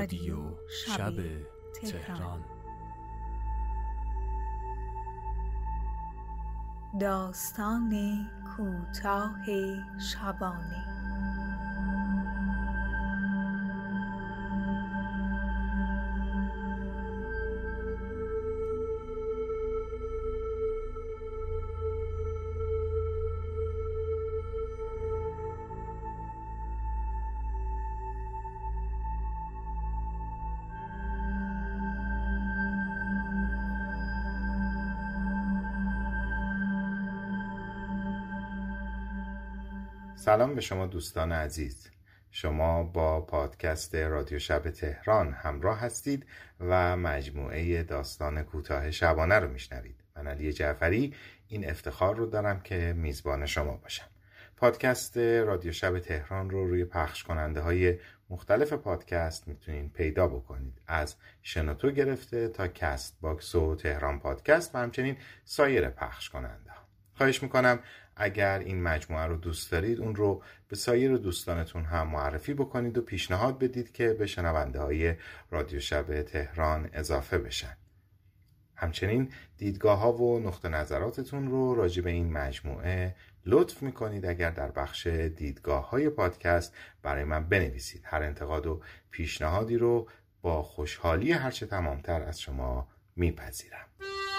رادیو شب تهران. داستان کوتاه شبانه. سلام به شما دوستان عزیز. شما با پادکست رادیو شب تهران همراه هستید و مجموعه داستان کوتاه شبانه رو میشنوید. من علی جعفری این افتخار رو دارم که میزبان شما باشم. پادکست رادیو شب تهران رو روی پخش کننده های مختلف پادکست میتونید پیدا بکنید، از شنوتو گرفته تا کست باکس و تهران پادکست و همچنین سایر پخش کننده ها. خواهش میکنم اگر این مجموعه رو دوست دارید اون رو به سایر دوستانتون هم معرفی بکنید و پیشنهاد بدید که به شنونده های رادیو شب تهران اضافه بشن. همچنین دیدگاه ها و نقطه نظراتتون رو راجع به این مجموعه لطف میکنید اگر در بخش دیدگاه های پادکست برای من بنویسید. هر انتقاد و پیشنهادی رو با خوشحالی هرچه تمامتر از شما میپذیرم.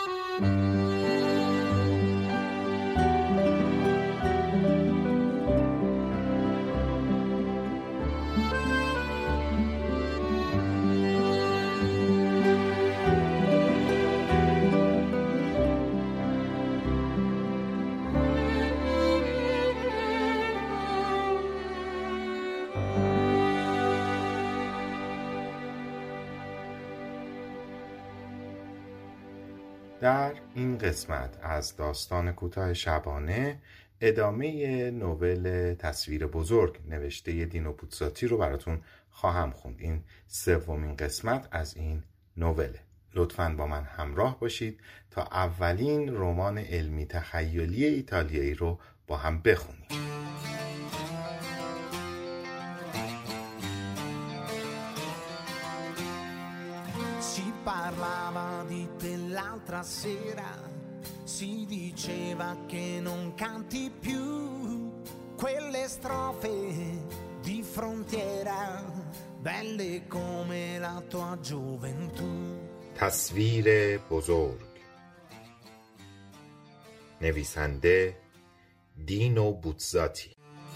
در این قسمت از داستان کوتاه شبانه ادامه نوول تصویر بزرگ نوشته دینو بوتزاتی رو براتون خواهم خوند. این سومین قسمت از این نوله. لطفاً با من همراه باشید تا اولین رمان علمی تخیلی ایتالیایی رو با هم بخونیم. Parlava di te l'altra sera, si diceva che non canti più quelle strofe di frontiera, belle come la tua gioventù. تصویر بزرگ، نویسنده دینو بوتزاتی.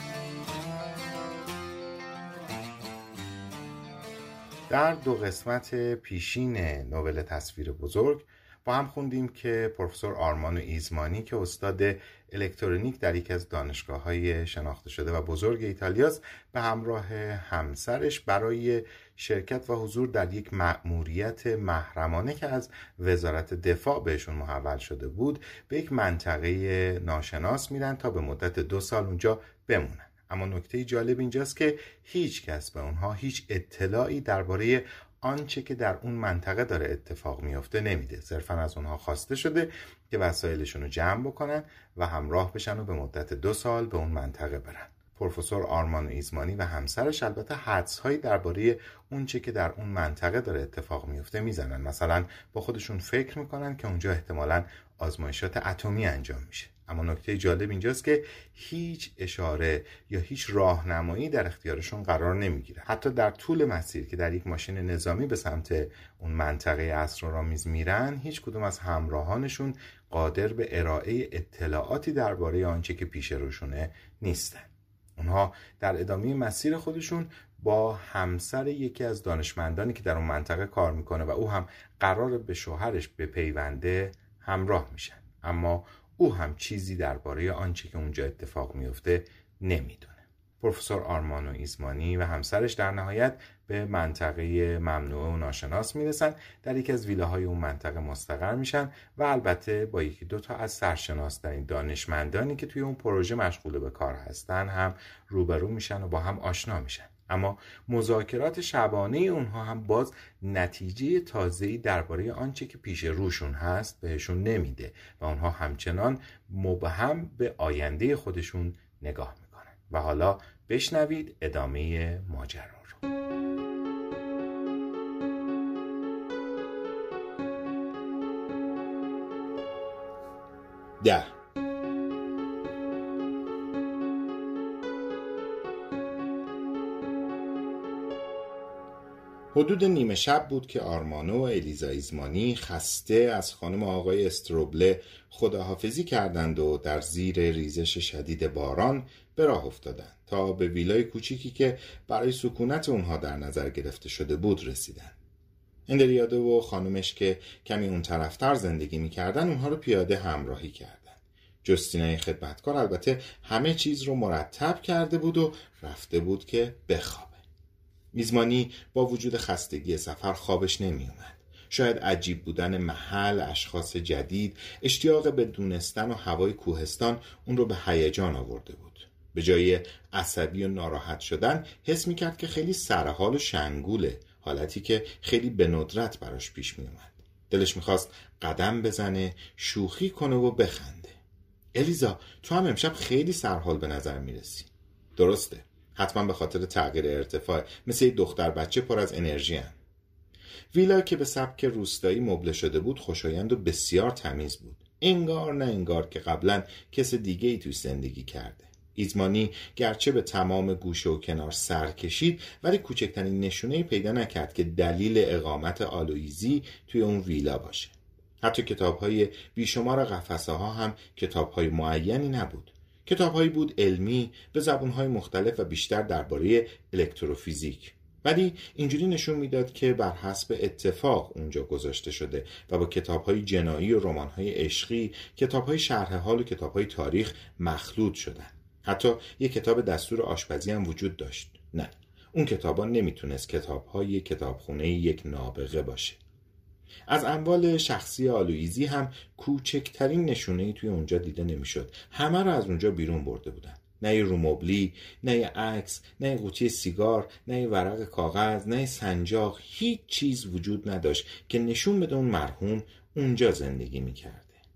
در دو قسمت پیشین نوول تصویر بزرگ با هم خوندیم که پروفسور آرمان ایزمانی که استاد الکترونیک در یکی از دانشگاه‌های شناخته شده و بزرگ ایتالیاست به همراه همسرش برای شرکت و حضور در یک مأموریت محرمانه که از وزارت دفاع بهشون محول شده بود به یک منطقه ناشناس میرن تا به مدت 2 سال اونجا بمونن. اما نکته جالب اینجاست که هیچ کس به اونها هیچ اطلاعی درباره آنچه که در اون منطقه داره اتفاق میفته نمیده. صرفا از اونها خواسته شده که وسایلشون رو جمع بکنن و همراه بشن و به مدت 2 سال به اون منطقه برن. پروفسور آرمان ایزمانی و همسرش البته حدس‌هایی درباره اونچه که در اون منطقه داره اتفاق میفته میزنن. مثلا با خودشون فکر میکنن که اونجا احتمالاً آزمایشات اتمی انجام میشه. اما نکته جالب اینجاست که هیچ اشاره یا هیچ راهنمایی در اختیارشون قرار نمیگیره. حتی در طول مسیر که در یک ماشین نظامی به سمت اون منطقه اسرارآمیز میرن، هیچ کدوم از همراهانشون قادر به ارائه اطلاعاتی درباره آنچه که پیش روشونه نیستن. اونها در ادامه مسیر خودشون با همسر یکی از دانشمندانی که در اون منطقه کار میکنه و او هم قرار به شوهرش بپیونده همراه میشن. اما او هم چیزی درباره آنچه که اونجا اتفاق میفته نمیدونه. پروفسور آرمان ایزمانی و همسرش در نهایت به منطقه ممنوعه و ناشناس میرسن، در یکی از ویلاهای اون منطقه مستقر میشن و البته با 1-2 تا از سرشناس‌ترین دانشمندانی که توی اون پروژه مشغول به کار هستن هم روبرو میشن و با هم آشنا میشن. اما مذاکرات شبانه اونها هم باز نتیجه تازه‌ای درباره آنچه که پیش روشون هست بهشون نمیده و اونها همچنان مبهم به آینده خودشون نگاه میکنن. و حالا بشنوید ادامه ماجرا رو. 10. حدود نیمه شب بود که آرمانو و الیزا ایزمانی خسته از خانم آقای استروبله خداحافظی کردند و در زیر ریزش شدید باران به راه افتادند تا به ویلای کوچیکی که برای سکونت اونها در نظر گرفته شده بود رسیدند. اندریاده و خانمش که کمی اون طرفتر زندگی می‌کردن اونها رو پیاده همراهی کردند. جستینای خدمتکار البته همه چیز رو مرتب کرده بود و رفته بود که بخوابه. ایزمانی با وجود خستگی سفر خوابش نمی اومد. شاید عجیب بودن محل، اشخاص جدید، اشتیاق به دونستن و هوای کوهستان اون رو به هیجان آورده بود. به جای عصبی و ناراحت شدن حس می کرد که خیلی سرحال و شنگوله، حالتی که خیلی به ندرت براش پیش می اومد. دلش می خواست قدم بزنه، شوخی کنه و بخنده. الیزا، تو هم امشب خیلی سرحال به نظر می رسی. درسته، حتما به خاطر تغییر ارتفاع، مثل یک دختر بچه پر از انرژی هم. ویلا که به سبک روستایی مبله شده بود خوشایند و بسیار تمیز بود. انگار نه انگار که قبلا کس دیگه ای توی زندگی کرده. ایزمانی گرچه به تمام گوشه و کنار سر کشید ولی کوچکترین نشونه‌ای پیدا نکرد که دلیل اقامت آلویزی توی اون ویلا باشه. حتی کتاب‌های بیشمار قفسه‌ها هم کتاب‌های معینی نبود. کتاب‌هایی بود علمی به زبان‌های مختلف و بیشتر درباره الکتروفیزیک، ولی اینجوری نشون میداد که بر حسب اتفاق اونجا گذاشته شده و با کتاب‌های جنایی و رمان‌های عشقی، کتاب‌های شرح حال و کتاب‌های تاریخ مخلوط شدن. حتی یک کتاب دستور آشپزی هم وجود داشت. نه، اون کتابا نمیتونست کتاب‌های کتابخونه یک نابغه باشه. از اموال شخصی آلویزی هم کوچکترین نشونه‌ای توی اونجا دیده نمیشد. همه رو از اونجا بیرون برده بودن. نه یه رومبلی، نه یه عکس، نه یه قوطی سیگار، نه یه ورق کاغذ، نه یه سنجاق، هیچ چیز وجود نداشت که نشون بده اون مرحوم اونجا زندگی میکرده.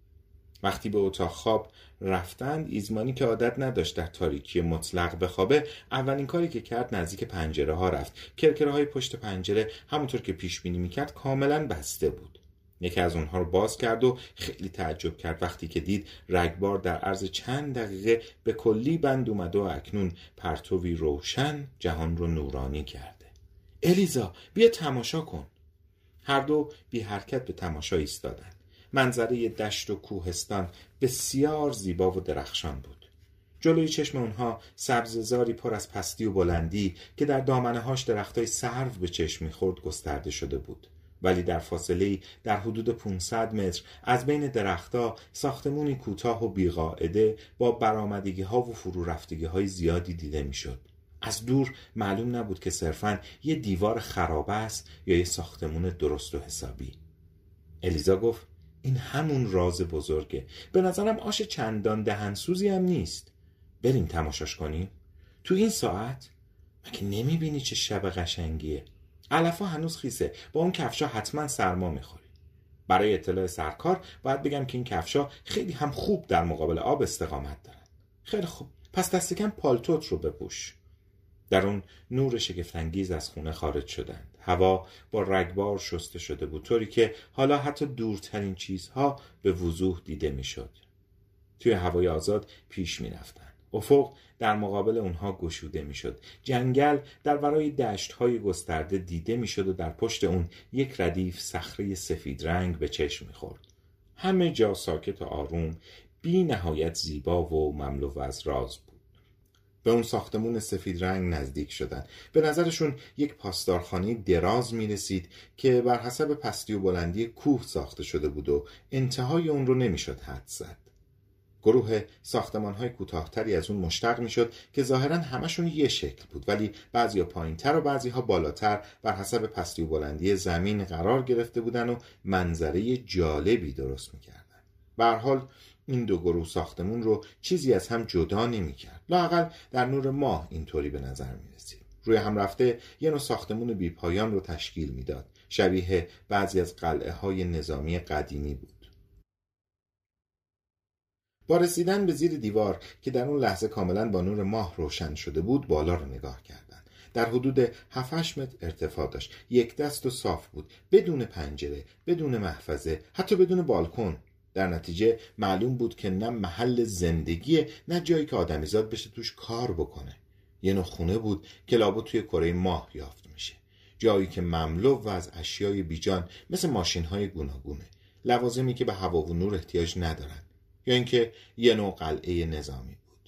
وقتی به اتاق خواب رفتند، ایزمانی که عادت نداشت در تاریکی مطلق بخوابه، اولین کاری که کرد نزدیک پنجره ها رفت. کرکره های پشت پنجره همونطور که پیش بینی میکرد کاملا بسته بود. یکی از اونها رو باز کرد و خیلی تعجب کرد وقتی که دید رگبار در عرض چند دقیقه به کلی بند اومده و اکنون پرتوی روشن جهان رو نورانی کرده. الیزا، بیا تماشا کن. هر دو بی حرکت به تماشا ایستادند. منظره دشت و کوهستان بسیار زیبا و درخشان بود. جلوی چشم اونها سبززاری پر از پستی و بلندی که در دامنه‌هاش درختای سرو به چشم می‌خورد گسترده شده بود. ولی در فاصله‌ای در حدود 500 متر از بین درخت‌ها ساختمانی کوتاه و بی‌قاعده با برآمدگی‌ها و فرورفتگی‌های زیادی دیده می‌شد. از دور معلوم نبود که صرفاً یه دیوار خرابه است یا یه ساختمون درست و حسابی. الیزا گفت این همون راز بزرگه. به نظرم آش چندان دهنسوزی هم نیست. بریم تماشاش کنیم؟ تو این ساعت؟ مگه نمیبینی چه شب قشنگیه؟ علفا هنوز خیسه. با اون کفشا حتما سرما میخوری. برای اطلاع سرکار باید بگم که این کفشا خیلی هم خوب در مقابل آب استقامت دارن. خیلی خوب. پس دست کم پالتوت رو بپوش. در اون نور شگفت‌انگیز از خونه خارج شدند. هوا با رگبار شسته شده بود، طوری که حالا حتی دورترین چیزها به وضوح دیده میشد. توی هوای آزاد پیش می رفتن. افق در مقابل اونها گشوده می شد. جنگل در ورای دشت‌های گسترده دیده می شد و در پشت اون یک ردیف صخره سفید رنگ به چشم می خورد. همه جا ساکت و آروم، بی نهایت زیبا و مملو از راز بود. به اون ساختمون سفید رنگ نزدیک شدن. به نظرشون یک پاسدارخانه دراز می رسید که بر حسب پستی و بلندی کوه ساخته شده بود و انتهای اون رو نمی شد حد زد. گروه ساختمان‌های کوتاه‌تری از اون مشتق می‌شد که ظاهراً همشون یه شکل بود، ولی بعضی‌ها پایین‌تر و بعضی‌ها بالاتر بر حسب پستی و بلندی زمین قرار گرفته بودن و منظره جالبی درست می‌کردن. به هر حال این دو گروه ساختمون رو چیزی از هم جدا نمی‌کرد. لااقل در نور ماه اینطوری به نظر می‌رسید. روی هم رفته یه نوع ساختمون بی‌پایان رو تشکیل می‌داد. شبیه بعضی از قلعه‌های نظامی قدیمی بود. با رسیدن به زیر دیوار که در اون لحظه کاملا با نور ماه روشن شده بود، بالا رو نگاه کردند. در حدود 7-8 متر ارتفاع داشت. یک دست و صاف بود، بدون پنجره، بدون محفظه، حتی بدون بالکن. در نتیجه معلوم بود که نه محل زندگیه نه جایی که آدمیزاد بشه توش کار بکنه. یه نوع خونه بود که لابد توی کره ماه یافت میشه، جایی که مملو و از اشیای بیجان مثل ماشین‌های گوناگونه، لوازمی که به هوا و نور احتیاج ندارن، یا اینکه یه نوع قلعه نظامی بود.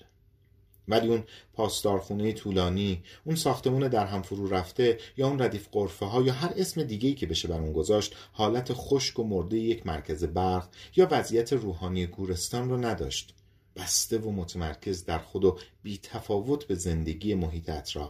ولی اون پاسدارخونه طولانی، اون ساختمون در هم فرو رفته، یا اون ردیف غرفه‌ها، یا هر اسم دیگه‌ای که بشه بر اون گذاشت، حالت خشک و مرده یک مرکز برق یا وضعیت روحانی گورستان رو نداشت. بسته و متمرکز در خود و بی تفاوت به زندگی محیط اطراف.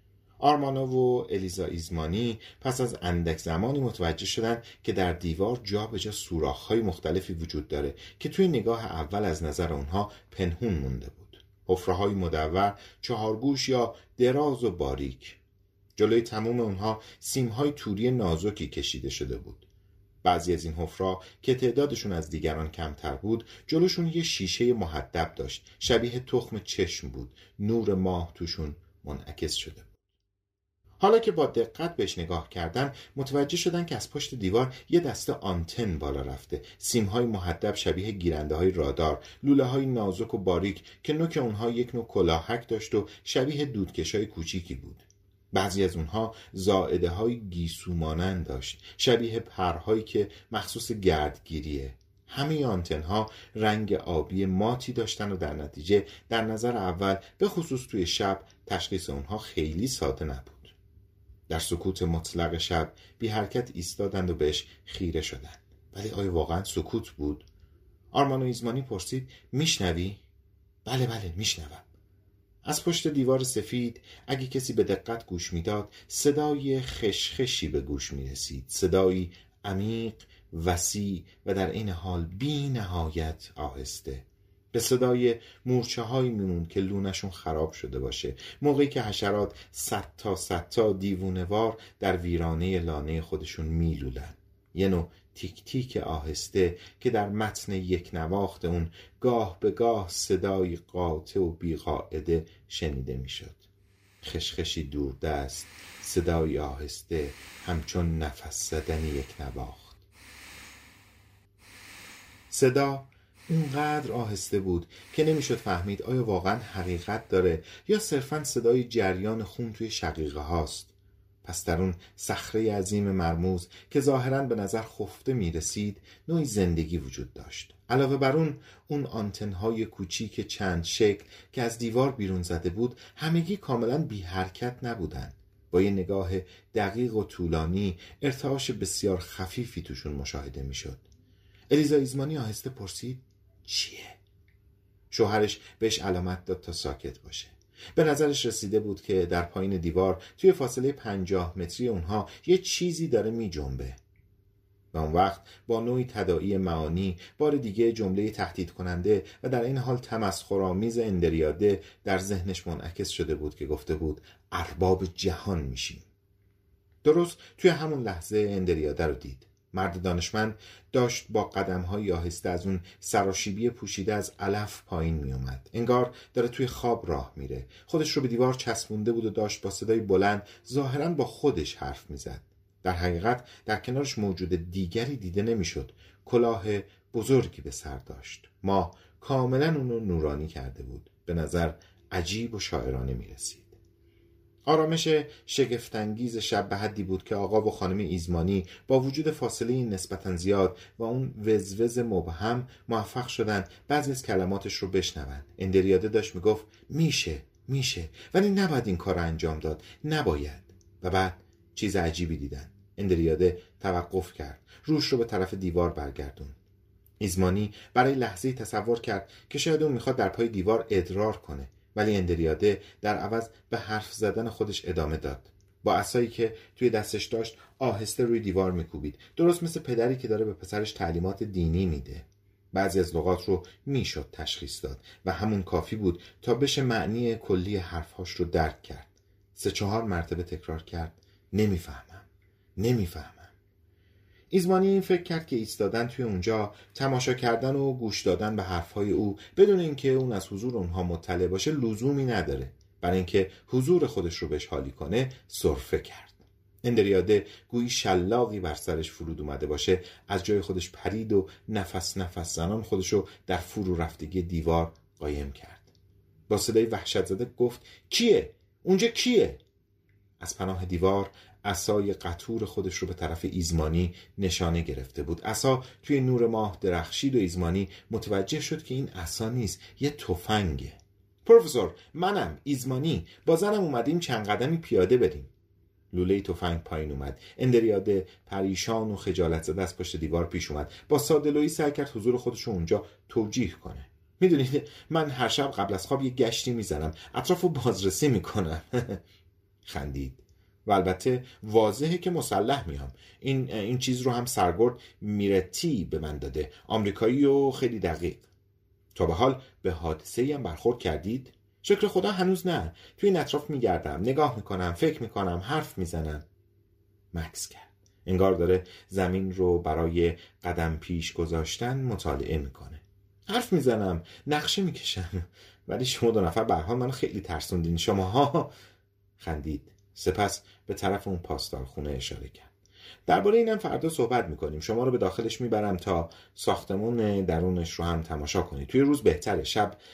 آرمانا و الیزا ایزمانی پس از اندک زمانی متوجه شدند که در دیوار جا به جا سوراخ‌های مختلفی وجود داره که توی نگاه اول از نظر اونها پنهون مونده بود. حفره‌های مدور، چهارگوش یا دراز و باریک. جلوی تمام اونها سیم‌های توری نازکی کشیده شده بود. بعضی از این حفره‌ها که تعدادشون از دیگران کمتر بود، جلوشون یه شیشه محدب داشت، شبیه تخم چشم بود. نور ماه توشون منعکس شده بود. حالا که با دقت بهش نگاه کردن، متوجه شدن که از پشت دیوار یه دسته آنتن بالا رفته، سیم‌های محدب شبیه گیرنده‌های رادار، لوله‌های نازک و باریک که نوک اونها یک نوع کلاهک داشت و شبیه دودکش‌های کوچیکی بود. بعضی از اونها زائده‌های گیسو مانند داشت، شبیه پرهایی که مخصوص گردگیریه. همه آنتن‌ها رنگ آبی ماتی داشتن و در نتیجه در نظر اول به خصوص توی شب تشخیص اونها خیلی ساده نبود. در سکوت مطلق شب بی حرکت ایستادند و بهش خیره شدند. ولی آیا واقعا سکوت بود؟ آرمانا ایزمانی پرسید: میشنوی؟ بله میشنوم. از پشت دیوار سفید اگه کسی به دقت گوش میداد، صدای خشخشی به گوش میرسید، صدایی عمیق، وسیع و در این حال بی نهایت آهسته. به صدای مورچه هایی میمون که لونشون خراب شده باشه، موقعی که حشرات صد تا دیوونه‌وار در ویرانه لانه خودشون میلولن. یه نوع تیک تیک آهسته که در متن یک نواخت اون گاه به گاه صدای قاطع و بیقاعده شنیده میشد. خشخشی دوردست، صدای آهسته همچون نفس زدن یک نواخت. صدا اونقدر آهسته بود که نمیشد فهمید آیا واقعا حقیقت داره یا صرفاً صدای جریان خون توی شقیقه هاست. پس در اون صخره عظیم مرموز که ظاهراً به نظر خفته میرسید نوعی زندگی وجود داشت. علاوه بر اون آنتن‌های کوچیک چند شکل که از دیوار بیرون زده بود همگی کاملاً بی حرکت نبودن. با یه نگاه دقیق و طولانی ارتعاش بسیار خفیفی توشون مشاهده میشد. الیزا ایزمانی آهسته پرسید: چیه؟ شوهرش بهش علامت داد تا ساکت باشه. به نظرش رسیده بود که در پایین دیوار توی فاصله 50 متری اونها یه چیزی داره می جنبه. و اون وقت با نوعی تداعی معانی بار دیگه جمله تهدید کننده و در این حال تمسخرآمیز اندریاده در ذهنش منعکس شده بود که گفته بود ارباب جهان میشیم. درست توی همون لحظه اندریاده رو دید. مرد دانشمند داشت با قدم‌های آهسته از اون سراشیبی پوشیده از علف پایین می اومد. انگار داره توی خواب راه میره. خودش رو به دیوار چسبونده بود و داشت با صدای بلند ظاهراً با خودش حرف میزد. در حقیقت در کنارش موجود دیگری دیده نمیشد. کلاه بزرگی به سر داشت. ماه کاملاً اونو نورانی کرده بود. به نظر عجیب و شاعرانه می رسید. آرامش شگفت‌انگیز شب به حدی بود که آقا و خانم ایزمانی با وجود فاصله نسبتاً زیاد و اون وزوز مبهم موفق شدن بعضی از کلماتش رو بشنون. اندریاده داشت میگفت میشه ولی نباید این کار انجام داد، نباید. و بعد چیز عجیبی دیدن. اندریاده توقف کرد، روش رو به طرف دیوار برگردون. ایزمانی برای لحظه‌ای تصور کرد که شاید اون میخواد در پای دیوار ادرار کنه، ولی اندریاده در عوض به حرف زدن خودش ادامه داد. با عصایی که توی دستش داشت آهسته روی دیوار میکوبید، درست مثل پدری که داره به پسرش تعلیمات دینی میده. بعضی از لغات رو میشد تشخیص داد و همون کافی بود تا بشه معنی کلی حرفهاش رو درک کرد. 3-4 مرتبه تکرار کرد: نمیفهمم. ایزمانی این فکر کرد که ایستادن توی اونجا، تماشا کردن و گوش دادن به حرفهای او بدون اینکه اون از حضور اونها مطلع باشه لزومی نداره. برای اینکه حضور خودش رو بهش حالی کنه سرفه کرد. اندریاده گویی شلاقی بر سرش فرود اومده باشه از جای خودش پرید و نفس زنان خودشو در فرو رفتگی دیوار قایم کرد. با صدای وحشت زده گفت کیه؟ اونجا کیه؟ از پناه دیوار عصای قطور خودش رو به طرف ایزمانی نشانه گرفته بود. عصا توی نور ماه درخشید و ایزمانی متوجه شد که این عصا نیست، یه تفنگه. پروفسور، منم ایزمانی، با زنم اومدیم چند قدمی پیاده بریم. لوله تفنگ پایین اومد. اندریاده پریشان و خجالت زده از پشت دیوار پیش اومد. با ساده‌لویی سعی کرد حضور خودش رو اونجا توجیه کنه. میدونید من هر شب قبل از خواب یه گشتی میزنم، اطرافو بازرسی میکنم. خندید. و البته واضحه که مسلح میام. این چیز رو هم سرگرد میرتی به من داده، آمریکایی و خیلی دقیق. تا به حال به حادثه‌ای هم برخورد کردید؟ شکر خدا هنوز نه. توی این اطراف میگردم، نگاه میکنم، فکر میکنم، حرف میزنم. مکث کرد. انگار داره زمین رو برای قدم پیش گذاشتن مطالعه میکنه. حرف میزنم، نقشه میکشم. ولی شما دو نفر به هر حال منو خیلی ترسوندین شماها. خندید. سپس به طرف اون پاسدارخونه اشاره کرد. درباره اینم فردا صحبت میکنیم. شما رو به داخلش میبرم تا ساختمون درونش رو هم تماشا کنید. توی روز بهتره.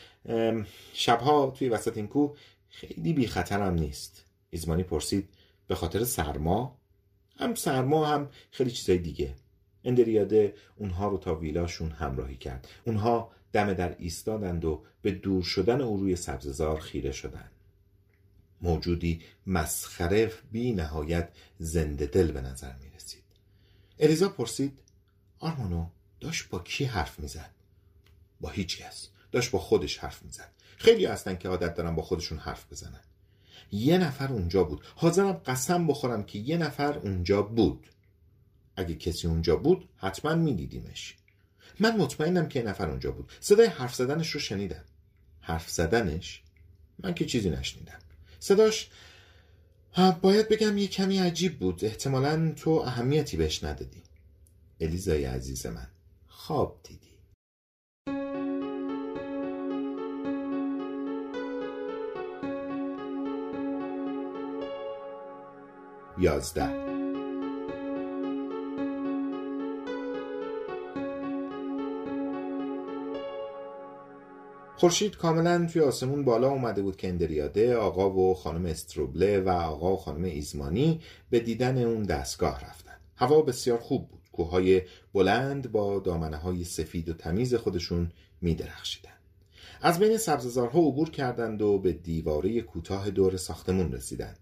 شبها توی وسط این کوه خیلی بی خطرم نیست. ایزمانی پرسید به خاطر سرما؟ هم سرما هم خیلی چیزای دیگه. اندریاده اونها رو تا ویلاشون همراهی کرد. اونها دم در ایستادند و به دور شدن او روی سبززار خیره شدند. موجودی مسخره بی نهایت زنده دل به نظر می رسید. الیزا پرسید آرمانو داشت با کی حرف می زد؟ با هیچ کس. داشت با خودش حرف می زد. خیلی هستن که عادت دارن با خودشون حرف بزنن. یه نفر اونجا بود. حاضرم قسم بخورم که یه نفر اونجا بود. اگه کسی اونجا بود حتما می دیدیمش. من مطمئنم که یه نفر اونجا بود. صدای حرف زدنش رو شنیدم. حرف زدنش؟ من که چیزی نشنیدم. صداش باید بگم یه کمی عجیب بود. احتمالاً تو اهمیتی بهش ندادی. الیزای عزیز من، خواب دیدی. 11. خورشید کاملا توی آسمون بالا اومده بود که اندریاده، آقا و خانم استروبله و آقا و خانم ایزمانی به دیدن اون دستگاه رفتن. هوا بسیار خوب بود. کوههای بلند با دامنه‌های سفید و تمیز خودشون می درخشیدن. از بین سبززارها عبور کردند و به دیواره کوتاه دور ساختمون رسیدند.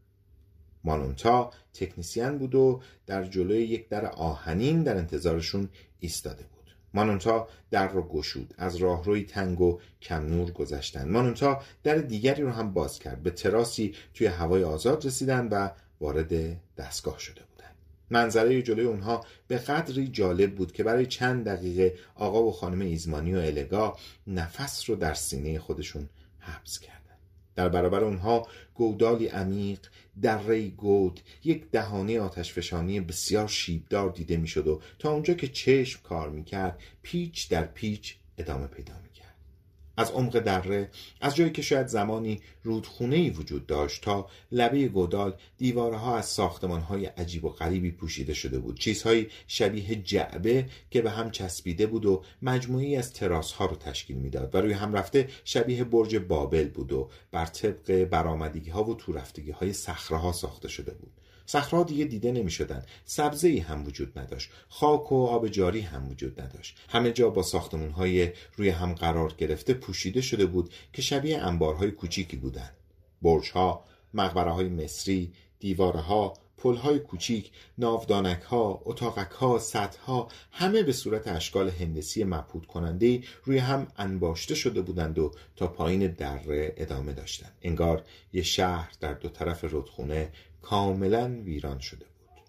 مانونتا تکنیسیان بود و در جلوی یک در آهنین در انتظارشون ایستاده بود. مانونتا در رو گشود. از راهروی تنگ و کم نور گذشتند. مانونتا در دیگری رو هم باز کرد. به تراسی توی هوای آزاد رسیدن و وارد دستگاه شده بودند. منظره جلوی اونها به قدری جالب بود که برای چند دقیقه آقا و خانم ایزمانی و الگا نفس رو در سینه خودشون حبس کردند. در برابر اونها گودالی عمیق، دره‌ای گود، یک دهانه آتشفشانی بسیار شیبدار دیده میشد و تا اونجا که چشم کار میکرد پیچ در پیچ ادامه پیدا میکرد. از عمق دره، از جایی که شاید زمانی رودخونه‌ای وجود داشت تا لبه گودال، دیوارها از ساختمان‌های عجیب و غریبی پوشیده شده بود. چیزهایی شبیه جعبه که به هم چسبیده بود و مجموعی از تراس‌ها رو تشکیل میداد و روی هم رفته شبیه برج بابل بود و بر طبق برآمدگی‌ها و تو رفتگی‌های صخره‌ها ساخته شده بود. صخره‌ها دیگه دیده نمی‌شدند. سبزه‌ای هم وجود نداشت. خاک و آب جاری هم وجود نداشت. همه جا با ساختمان‌های روی هم قرار گرفته پوشیده شده بود که شبیه انبارهای کوچیکی بودند. برج‌ها، مقبره‌های مصری، دیوارها، پل‌های کوچیک، ناودانک‌ها، اتاقک‌ها، سطح‌ها، همه به صورت اشکال هندسی مبهوت کننده روی هم انباشته شده بودند و تا پایین دره ادامه داشتند. انگار یه شهر در دو طرف رودخونه کاملا ویران شده بود.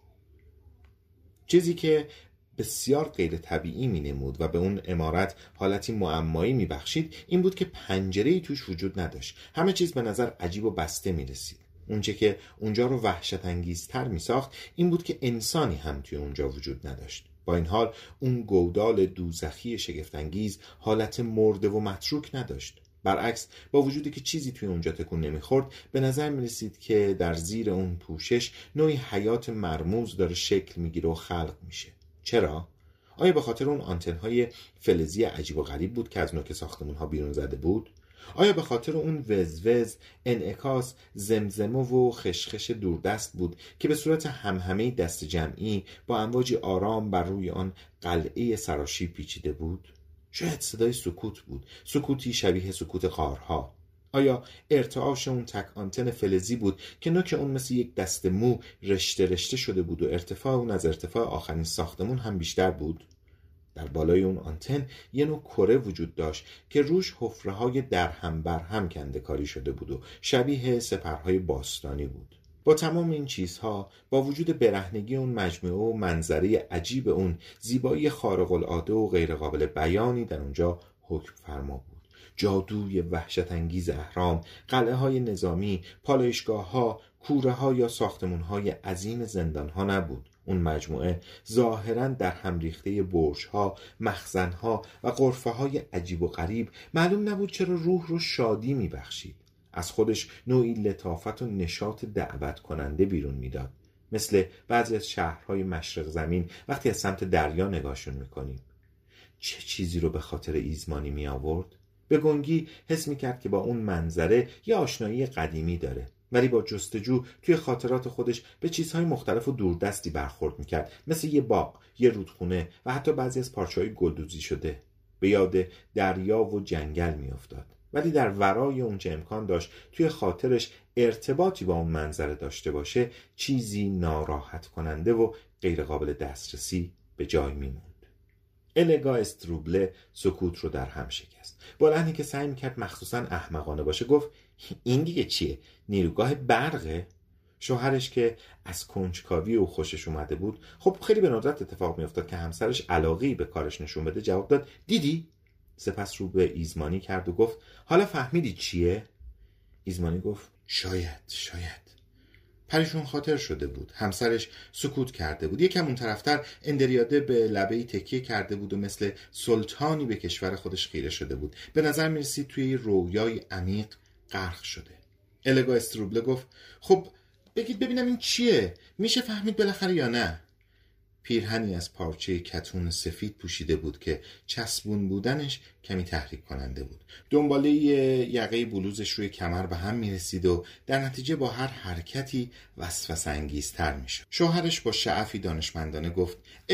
چیزی که بسیار غیر طبیعی می نمود و به اون عمارت حالتی معمایی می بخشید این بود که پنجره‌ای توش وجود نداشت. همه چیز به نظر عجیب و بسته می رسید. اونچه که اونجا رو وحشت انگیزتر می ساخت این بود که انسانی هم توی اونجا وجود نداشت. با این حال اون گودال دوزخی شگفت انگیز حالت مرده و متروک نداشت. برعکس با وجودی که چیزی توی اونجا تکون نمیخورد، به نظر میرسید که در زیر اون پوشش نوعی حیات مرموز داره شکل میگیره و خلق میشه. چرا؟ آیا به خاطر اون آنتن‌های فلزی عجیب و غریب بود که از نوک ساختمان‌ها بیرون زده بود؟ آیا به خاطر اون وزوز، انعکاس، زمزمه و خشخش دوردست بود که به صورت همهمه دست جمعی با امواجی آرام بر روی آن قلعه سراشی پیچیده بود؟ شاید صدای سکوت بود، سکوتی شبیه سکوت غارها. آیا ارتعاش اون تک آنتن فلزی بود که نوک اون مثل یک دست مو رشته رشته شده بود و ارتفاع اون از ارتفاع آخرین ساختمون هم بیشتر بود؟ در بالای اون آنتن یه نوع کره وجود داشت که روش حفره‌های درهم برهم کنده کاری شده بود و شبیه سپرهای باستانی بود. با تمام این چیزها، با وجود برهنگی اون مجموعه و منظره عجیب اون، زیبایی خارق العاده و غیر قابل بیانی در اونجا حکم فرما بود. جادوی وحشت انگیز اهرام، قلعه های نظامی، پالایشگاه ها، کوره ها یا ساختمون های عظیم زندان ها نبود. اون مجموعه ظاهراً در هم ریخته برج ها، مخزن ها و غرفه های عجیب و غریب معلوم نبود چرا روح رو شادی می بخشید. از خودش نوعی لطافت و نشاط دعوت کننده بیرون میداد، مثل بعضی از شهرهای مشرق زمین وقتی از سمت دریا نگاهشون میکنیم. چه چیزی رو به خاطر ایزمانی می آورد؟ به گنگی حس میکرد که با اون منظره یه آشنایی قدیمی داره، ولی با جستجو توی خاطرات خودش به چیزهای مختلف و دوردستی برخورد میکرد، مثل یه باغ، یه رودخونه و حتی بعضی از پارچه‌های گلدوزی شده. به یاد دریا و جنگل میافتاد، ولی در ورای اون چه امکان داشت توی خاطرش ارتباطی با اون منظره داشته باشه، چیزی ناراحت کننده و غیر قابل دسترسی به جای میموند. الگا استروبله سکوت رو در هم شکست. با لحنی که سعی میکرد مخصوصاً احمقانه باشه گفت: این دیگه چیه؟ نیروگاه برقه؟ شوهرش که از کنجکاوی او خوشش اومده بود، خب خیلی به ندرت اتفاق میافتاد که همسرش علاقه‌ای به کارش نشون بده، جواب داد: دیدی؟ سپس رو به ایزمانی کرد و گفت: حالا فهمیدی چیه؟ ایزمانی گفت: شاید. پریشون خاطر شده بود. همسرش سکوت کرده بود. یکم اون طرفتر اندریاده به لبه‌ای تکیه کرده بود و مثل سلطانی به کشور خودش خیره شده بود. به نظر می‌رسید توی رویای عمیق غرق شده. الگا استروبله گفت: خب بگید ببینم این چیه؟ میشه فهمید بالاخره یا نه؟ پیرهنی از پارچه کتون سفید پوشیده بود که چسبون بودنش کمی تحریک کننده بود. دنباله یقه بلوزش روی کمر به هم میرسید و در نتیجه با هر حرکتی وسوسه انگیزتر میشد. شوهرش با شعفی دانشمندانه گفت: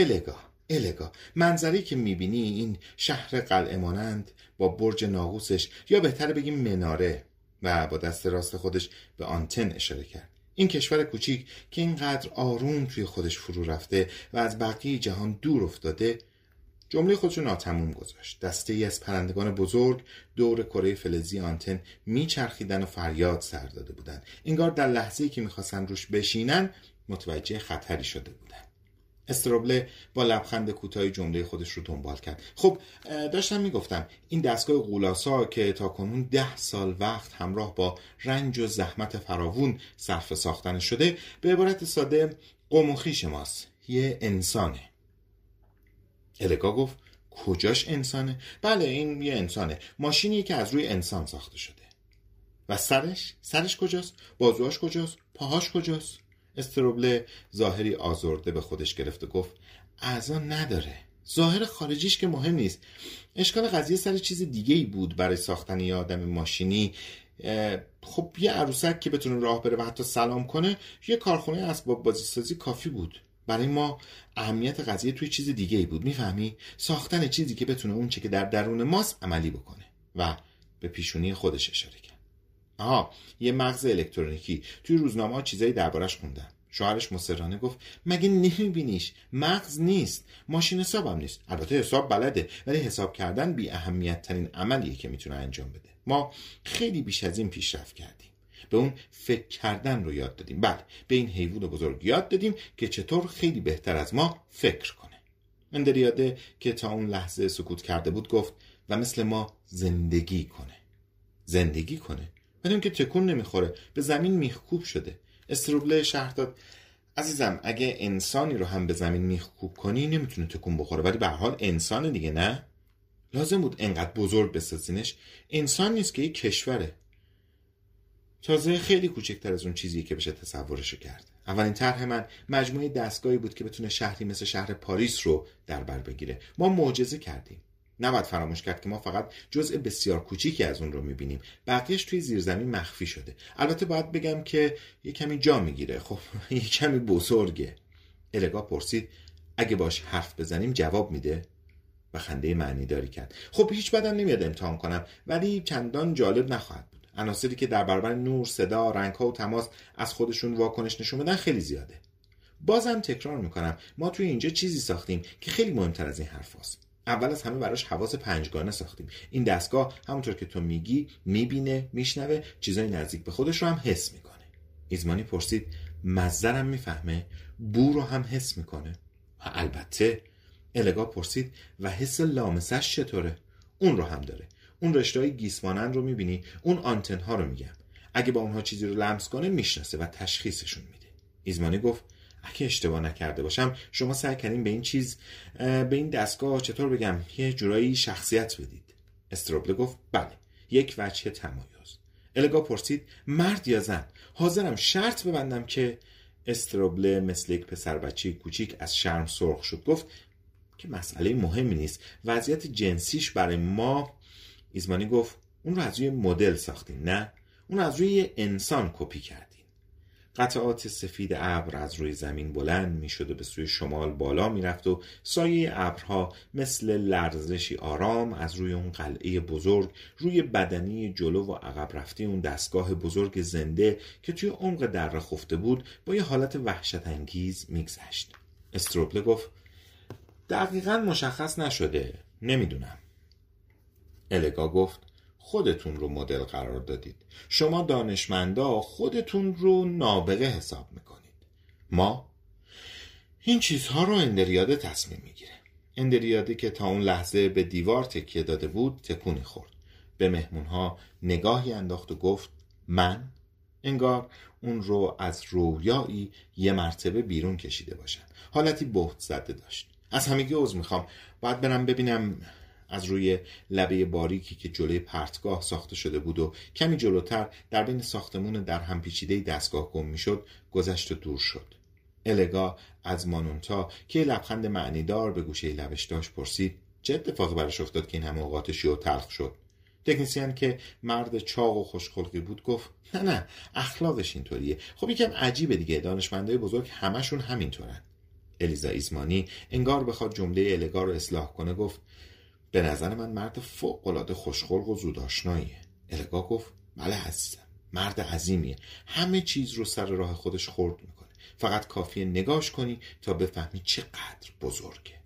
الگا، منظری که میبینی، این شهر قلعه مانند با برج ناقوسش، یا بهتره بگیم مناره، و با دست راست خودش به آنتن اشاره کرد. این کشور کوچیک که اینقدر آروم توی خودش فرو رفته و از بقیه جهان دور افتاده، جمله خودشو ناتموم گذاشت. دسته ای از پرندگان بزرگ دور کره فلزی آنتن میچرخیدن و فریاد سر داده بودن. انگار در لحظه‌ای که میخواستن روش بشینن متوجه خطری شده بودن. استروبله با لبخند کوتاهی جمله خودش رو دنبال کرد. خب داشتم میگفتم این دستگاه غولاسا که تاکنون 10 سال وقت همراه با رنج و زحمت فراوون صرف ساختن شده، به عبارت ساده قوم و خویش ماست، یه انسانه. الگا گفت: کجاش انسانه؟ بله این یه انسانه، ماشینیه که از روی انسان ساخته شده. و سرش کجاست؟ بازوهاش کجاست؟ پاهاش کجاست؟ استروبله ظاهری آزرده به خودش گرفت و گفت: اعضا نداره. ظاهر خارجیش که مهم نیست. اشکال قضیه سر چیز دیگه‌ای بود. برای ساختن یه آدم ماشینی، خب یه عروسک که بتونه راه بره و حتی سلام کنه، یه کارخونه اسباب بازیسازی کافی بود. برای ما اهمیت قضیه توی چیز دیگه‌ای بود. میفهمی؟ ساختن چیزی که بتونه اون چه که در درون ماست عملی بکنه. و به پیشونی خودش اشاره کرد. یه مغز الکترونیکی. توی روزنامه‌ها چیزایی دربارش خوندم. شوهرش مصرانه گفت: مگه نمیبینیش؟ مغز نیست، ماشین حسابم نیست. البته حساب بلده، ولی حساب کردن بی اهمیت ترین عملیه که میتونه انجام بده. ما خیلی بیش از این پیشرفت کردیم. به اون فکر کردن رو یاد دادیم. بله، به این حیوان بزرگ یاد دادیم که چطور خیلی بهتر از ما فکر کنه. اندریاده که تا اون لحظه سکوت کرده بود گفت: و مثل ما زندگی کنه. ولی که تکون نمیخوره، به زمین میخکوب شده. استروبله شرح داد: عزیزم، اگه انسانی رو هم به زمین میخکوب کنی نمیتونه تکون بخوره، ولی به هر حال انسان دیگه، نه؟ لازم بود انقدر بزرگ بسازینش. انسان نیست که یک کشوره. تازه خیلی کوچکتر از اون چیزیه که بشه تصورشو کرد. اولین طرح من مجموعه دستگاهی بود که بتونه شهری مثل شهر پاریس رو در بر بگیره. ما معجزه کردیم. نباید فراموش کرد که ما فقط جزء بسیار کوچیکی از اون رو میبینیم. بقیهش توی زیرزمین مخفی شده. البته باید بگم که یه کمی جا میگیره. خب یه کمی بزرگه. الگا پرسید اگه باش حرف بزنیم جواب میده؟ و خنده معنی داری کرد. خب هیچ بدم نمیاد امتحان کنم، ولی چندان جالب نخواهد بود. عناصری که در برابر نور، صدا، رنگ‌ها و تماس از خودشون واکنش نشون بدن خیلی زیاده. بازم تکرار میکنم، ما توی اینجا چیزی ساختیم که خیلی مهمتر از این حرفاست. اول از همه براش حواس پنجگانه ساختیم. این دستگاه همونطور که تو میگی میبینه، میشنوه، چیزای نزدیک به خودش رو هم حس میکنه. ایزمانی پرسید مزدرم میفهمه؟ بو رو هم حس میکنه؟ البته. الگا پرسید و حس لامسش چطوره؟ اون رو هم داره. اون رشته‌های گیسمانند رو میبینی؟ اون آنتن ها رو میگم. اگه با اونها چیزی رو لمس کنه میشناسه و تشخیصشون میده. ایزمانی گفت اگه اشتباه نکرده باشم شما سعی کردین به این دستگاه چطور بگم یه جورایی شخصیت بدید. استروبله گفت بله، یک وجه تمایز. الگا پرسید مرد یا زن؟ حاضرم شرط ببندم که استروبله مثل یک پسر بچه کوچیک از شرم سرخ شد. گفت که مسئله مهمی نیست، وضعیت جنسیش برای ما. ایزمانی گفت اون رو از روی مدل ساختین؟ نه، اون رو از روی انسان کپی کردین. قطعات سفید ابر از روی زمین بلند می شد و به سوی شمال بالا می رفت و سایه ابرها مثل لرزشی آرام از روی اون قلعه بزرگ روی بدنی جلو و عقب رفتی اون دستگاه بزرگ زنده که توی عمق دره خفته بود با یه حالت وحشت انگیز می گذشت. استروبله گفت دقیقاً مشخص نشده، نمیدونم. الگا گفت خودتون رو مدل قرار دادید. شما دانشمندا خودتون رو نابغه حساب میکنید. ما این چیزها رو اندریاده تصمیم میگیره. اندریاده که تا اون لحظه به دیوار تکیه داده بود تکونی خورد. به مهمونها نگاهی انداخت و گفت من؟ انگار اون رو از رویایی یه مرتبه بیرون کشیده باشن. حالتی بهت زده داشت. از همگی عذر میخوام، باید برم ببینم. از روی لبه باریکی که جلوی پرتگاه ساخته شده بود و کمی جلوتر در بین ساختمون در هم پیچیده دستگاه گم میشد گذشت و دور شد. الگا از مانونتا که لبخند معنیدار به گوشه لبش داشت پرسید چه اتفاقی براش افتاد که این همه اوقات شیوع تلخ شد؟ تکنسین که مرد چاق و خوشخلقی بود گفت نه اخلاقش اینطوریه. خب یکم عجیبه دیگه، دانشمندای بزرگ همشون همینطورن. الیزا ایزمانی انگار بخواد جمله الگا رو اصلاح کنه گفت به نظر من مرد فوق‌العاده خوشخلق و زودآشناییه. الگا گفت بله عزیزم، مرد عظیمیه، همه چیز رو سر راه خودش خرد میکنه، فقط کافیه نگاش کنی تا بفهمی چقدر بزرگه.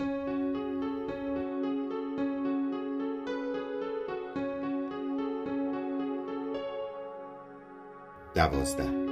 دوازده.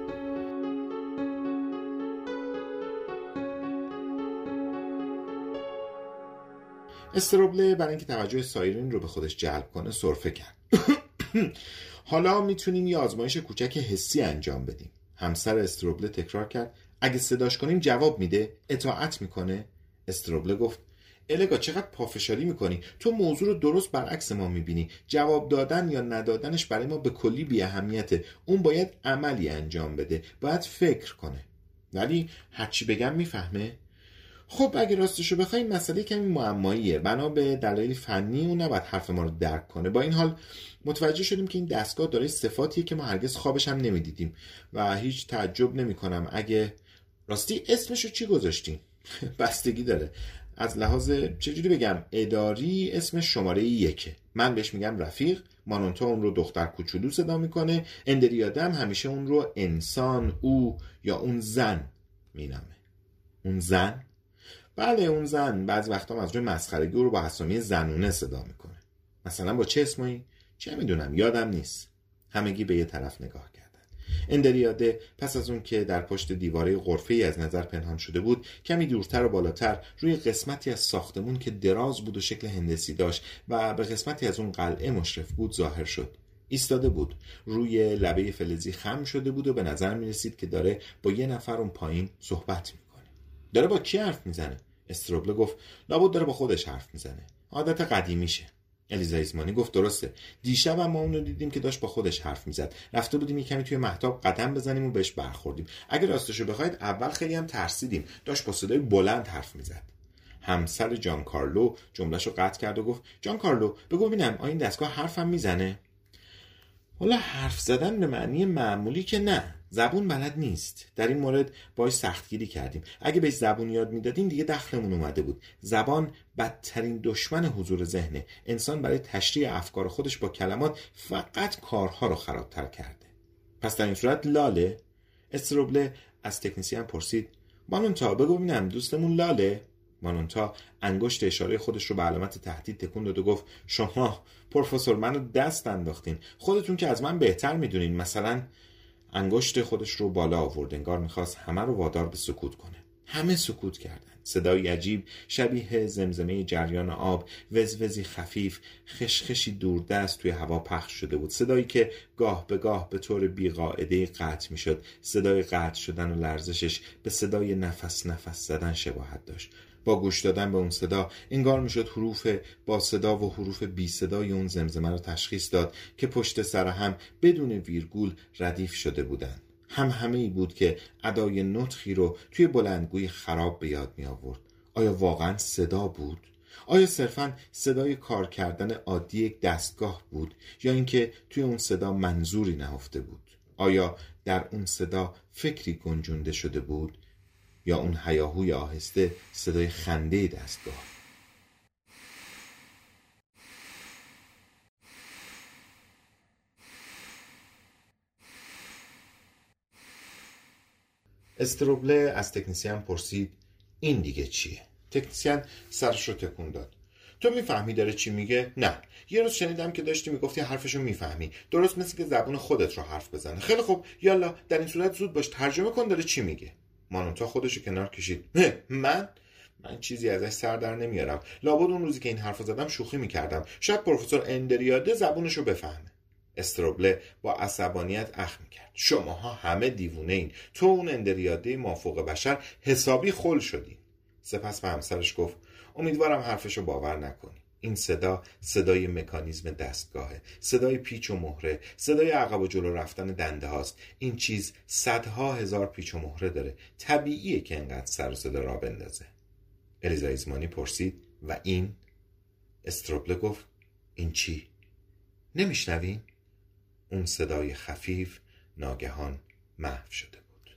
استروبله برای اینکه توجه سایرین رو به خودش جلب کنه سرفه کرد. حالا میتونیم یه آزمایش کوچک حسی انجام بدیم. همسر استروبله تکرار کرد اگه صداش کنیم جواب میده؟ اطاعت میکنه؟ استروبله گفت الگا چقدر پافشاری میکنی؟ تو موضوع رو درست برعکس ما میبینی. جواب دادن یا ندادنش برای ما به کلی بی اهمیته. اون باید عملی انجام بده، باید فکر کنه. ولی هرچی بگم میفهمه؟ خب اگه راستشو بخوایم مسئله کمی معماییه. بنا به دلایل فنی اون نباید حرف ما رو درک کنه. با این حال متوجه شدیم که این دستگاه داره صفاتیه که ما هرگز خوابش هم نمیدیدیم و هیچ تعجب نمی کنم اگه راستی اسمشو چی گذاشتیم؟ بستگی داره. از لحاظ چجوری بگم اداری اسمش شماره 1. من بهش میگم رفیق، مانونتا اون رو دختر کوچولو صدا میکنه، اندریاده هم همیشه اون رو انسان، او یا اون زن مینامه. اون زن؟ بله اون زن. بعضی وقتا هم از روی مسخرگی رو با اسامی زنونه صدا میکنه. مثلا با چه اسمی؟ چه میدونم، یادم نیست. همگی به یه طرف نگاه کردن. اندریاده پس از اون که در پشت دیواره غرفه‌ای از نظر پنهان شده بود کمی دورتر و بالاتر روی قسمتی از ساختمون که دراز بود و شکل هندسی داشت و به قسمتی از اون قلعه مشرف بود ظاهر شد. ایستاده بود، روی لبه فلزی خم شده بود و به نظر میرسید که داره با یه نفر اون پایین صحبت میکنه. داره با کی حرف میزنه؟ استروبله گفت لابد داره با خودش حرف میزنه. عادت قدیمیشه. الیزا ایزمانی گفت درسته. دیشب هم ما اونو دیدیم که داشت با خودش حرف میزد. رفته بودیم یکمی توی مهتاب قدم بزنیم و بهش برخوردیم. اگه راستشو بخواید اول خیلی هم ترسیدیم. داشت با صدای بلند حرف میزد. همسر جان کارلو جملهشو قطع کرد و گفت جان کارلو بگو ببینم آیا این دستگاه حرفم میزنه؟ والا حرف زدن به معنی معمولی که نه. زبون بلد نیست. در این مورد باهاش سختگیری کردیم. اگه بهش زبون یاد میدادیم دیگه دخلمون اومده بود. زبان بدترین دشمن حضور ذهنه. انسان برای تشریح افکار خودش با کلمات فقط کارها رو خرابتر کرده. پس در این صورت لاله؟ استروبله از تکنسین پرسید مانونتا بگو ببینم دوستمون لاله؟ مانونتا انگشت اشاره خودش رو به علامت تهدید تکون داد و گفت شما پروفسور منو دست انداختین. خودتون که از من بهتر میدونین. مثلا انگشت خودش رو بالا آورد، انگار میخواست همه رو وادار به سکوت کنه. همه سکوت کردن. صدای عجیب شبیه زمزمه جریان آب، وزوزی خفیف، خشخشی دوردست توی هوا پخش شده بود. صدایی که گاه به گاه به طور بی‌قاعده قطع میشد. صدای قطع شدن و لرزشش به صدای نفس زدن شباهت داشت. با گوش دادن به اون صدا انگار میشد حروف با صدا و حروف بی صدای اون زمزمه رو تشخیص داد که پشت سر هم بدون ویرگول ردیف شده بودن. همهمه‌ای بود که ادای نطقی رو توی بلندگوی خراب به یاد می آورد. آیا واقعا صدا بود؟ آیا صرفاً صدای کار کردن عادی یک دستگاه بود یا اینکه توی اون صدا منظوری نهفته بود؟ آیا در اون صدا فکری گنجونده شده بود؟ یا اون هیاهوی آهسته صدای خنده دستگاه؟ استروبله از تکنسین پرسید این دیگه چیه؟ تکنسین سرش رو تکون داد. تو میفهمی داره چی میگه؟ نه. یه روز شنیدم که داشتی میگفتی حرفشو میفهمی. درست مثل که زبون خودت رو حرف بزنه. خیلی خوب، یالا در این صورت زود باش ترجمه کن داره چی میگه. مانونتا خودشو کنار کشید. من چیزی ازش سر در نمیارم. لابد اون روزی که این حرفو زدم شوخی میکردم. شاید پروفسور اندریاده زبونشو بفهمه. استروبله با عصبانیت اخم میکرد. شماها همه دیوونه این. تو اون اندریاده مافوق بشر حسابی خل شدی. سپس به همسرش گفت امیدوارم حرفشو باور نکنی. این صدای مکانیزم دستگاهه، صدای پیچ و مهره، صدای عقب و جلو رفتن دنده هاست. این چیز صدها هزار پیچ و مهره داره. طبیعیه که انقدر سر و صدا را بندازه. الیزا ایزمانی پرسید و این؟ استروبله گفت این چی؟ نمیشنوین؟ اون صدای خفیف ناگهان محو شده بود.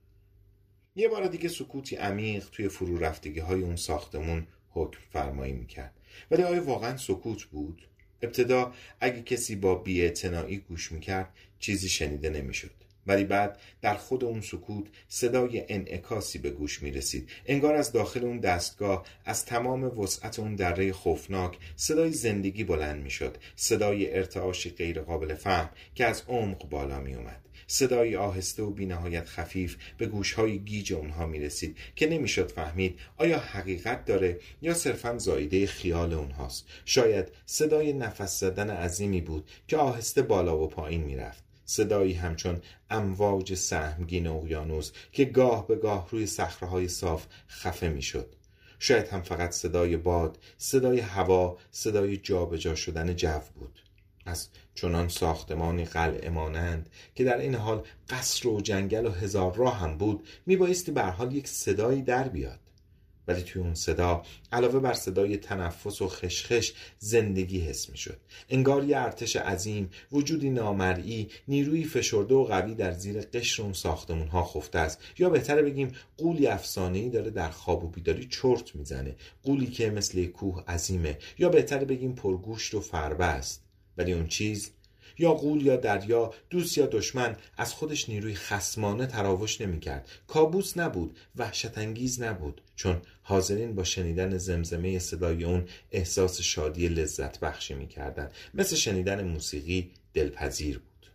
یه بار دیگه سکوتی عمیق توی فرو رفتگی های اون ساختمون حکم فرمایی میکرد. ولی آیا واقعا سکوت بود؟ ابتدا اگه کسی با بی‌اعتنایی گوش میکرد چیزی شنیده نمیشد. ولی بعد در خود اون سکوت صدای انعکاسی به گوش میرسید. انگار از داخل اون دستگاه، از تمام وسعت اون دره خوفناک، صدای زندگی بلند میشد. صدای ارتعاشی غیر قابل فهم که از عمق بالا می اومد. صدای آهسته و بی‌نهایت خفیف به گوشهای گیج اونها می رسید که نمیشد فهمید آیا حقیقت داره یا صرفاً زایده خیال اونهاست. شاید صدای نفس زدن عظیمی بود که آهسته بالا و پایین می رفت. صدایی همچون امواج سهمگین اقیانوس که گاه به گاه روی صخره‌های صاف خفه میشد. شاید هم فقط صدای باد، صدای هوا، صدای جابجا شدن جو بود. از چنان ساختمانی قلعه مانند که در این حال قصر و جنگل و هزار راه هم بود، میبایستی به هر حال یک صدایی در بیاد. ولی توی اون صدا علاوه بر صدای تنفس و خشخش زندگی حس می شد. انگار یه ارتش عظیم، وجودی نامرئی، نیروی فشرده و قوی در زیر قشر اون ساختمون ها خفته است. یا بهتره بگیم قولی افسانه‌ای داره در خواب و بیداری چرت میزنه. قولی که مثل کوه عظیمه، یا بهتره بگیم پرگوشت و فربه است. ولی اون چیز، یا غول یا دریا، دوست یا دشمن، از خودش نیروی خصمانه تراوش نمی‌کرد. کابوس نبود، وحشت انگیز نبود، چون حاضرین با شنیدن زمزمه صدای اون احساس شادی لذت بخشی می‌کردند. مثل شنیدن موسیقی دلپذیر بود.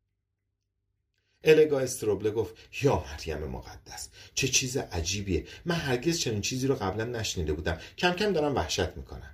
الگا استروبله گفت یا مریم مقدس، چه چیز عجیبیه. من هرگز چنین چیزی رو قبلا نشنیده بودم. کم کم دارم وحشت می‌کنم.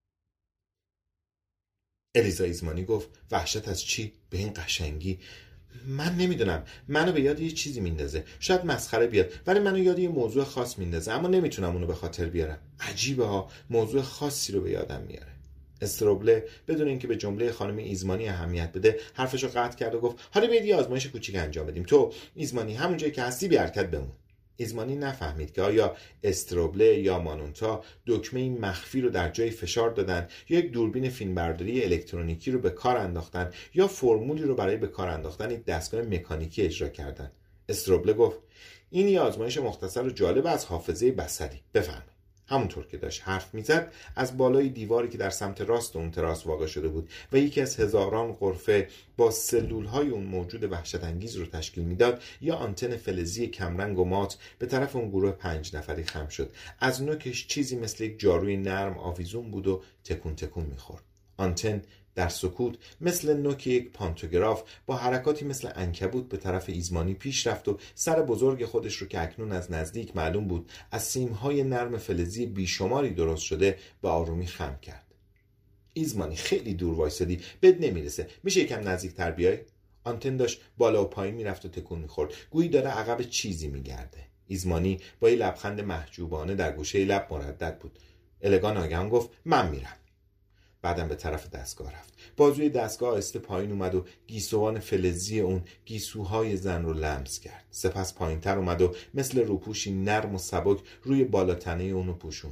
الیزا ایزمانی گفت وحشت از چی؟ به این قشنگی؟ من نمیدونم، منو به یاد یه چیزی میندازه، شاید مسخره بیاد، ولی منو یاد یه موضوع خاص میندازه، اما نمیتونم اونو به خاطر بیارم. عجیبه ها، موضوع خاصی رو به یادم میاره. استروبله بدون اینکه به جمله خانم ایزمانی اهمیت بده حرفشو قطع کرد و گفت حالا بیاید یه آزمایش کوچیک انجام بدیم. تو ایزمانی همون جایی که هستی بی حرکت بمون. ایزمانی نفهمید که آیا استروبله یا مانونتا دکمه مخفی رو در جای فشار دادن یا یک دوربین فیلمبرداری الکترونیکی رو به کار انداختن یا فرمولی رو برای به کار انداختن یک دستگاه مکانیکی اجرا کردن. استروبله گفت این یه آزمایش مختصر و جالب از حافظه بصری. بفرمایید. همونطور که داشت حرف میزد از بالای دیواری که در سمت راست اون تراس واقع شده بود و یکی از هزاران غرفه با سلولهای اون موجود وحشت انگیز رو تشکیل میداد یا آنتن فلزی کمرنگ و مات به طرف اون گروه 5 نفری خم شد. از نوکش چیزی مثل یک جاروی نرم آویزون بود و تکون تکون میخورد. آنتن در سکوت مثل نوک یک پانتوگراف با حرکاتی مثل عنکبوت به طرف ایزمانی پیش رفت و سر بزرگ خودش رو که اکنون از نزدیک معلوم بود از سیمهای نرم فلزی بیشماری درست شده به آرومی خم کرد. ایزمانی خیلی دور وایسادی، بد نمیرسه، میشه یکم نزدیکتر بیای؟ آنتن داشت بالا و پایین میرفت و تکون میخورد، گویی داره عقب چیزی میگرده. ایزمانی با یه لبخند محجوبانه در گوشه لب مردد بود. الگان ناگهان گفت من میرم. بعدم به طرف دستگاه رفت. بازوی دستگاه آهسته پایین اومد و گیسوان فلزی اون گیسوهای زن رو لمس کرد. سپس پایینتر اومد و مثل روپوشی نرم و سبک روی بالاتنه اونو پوشون.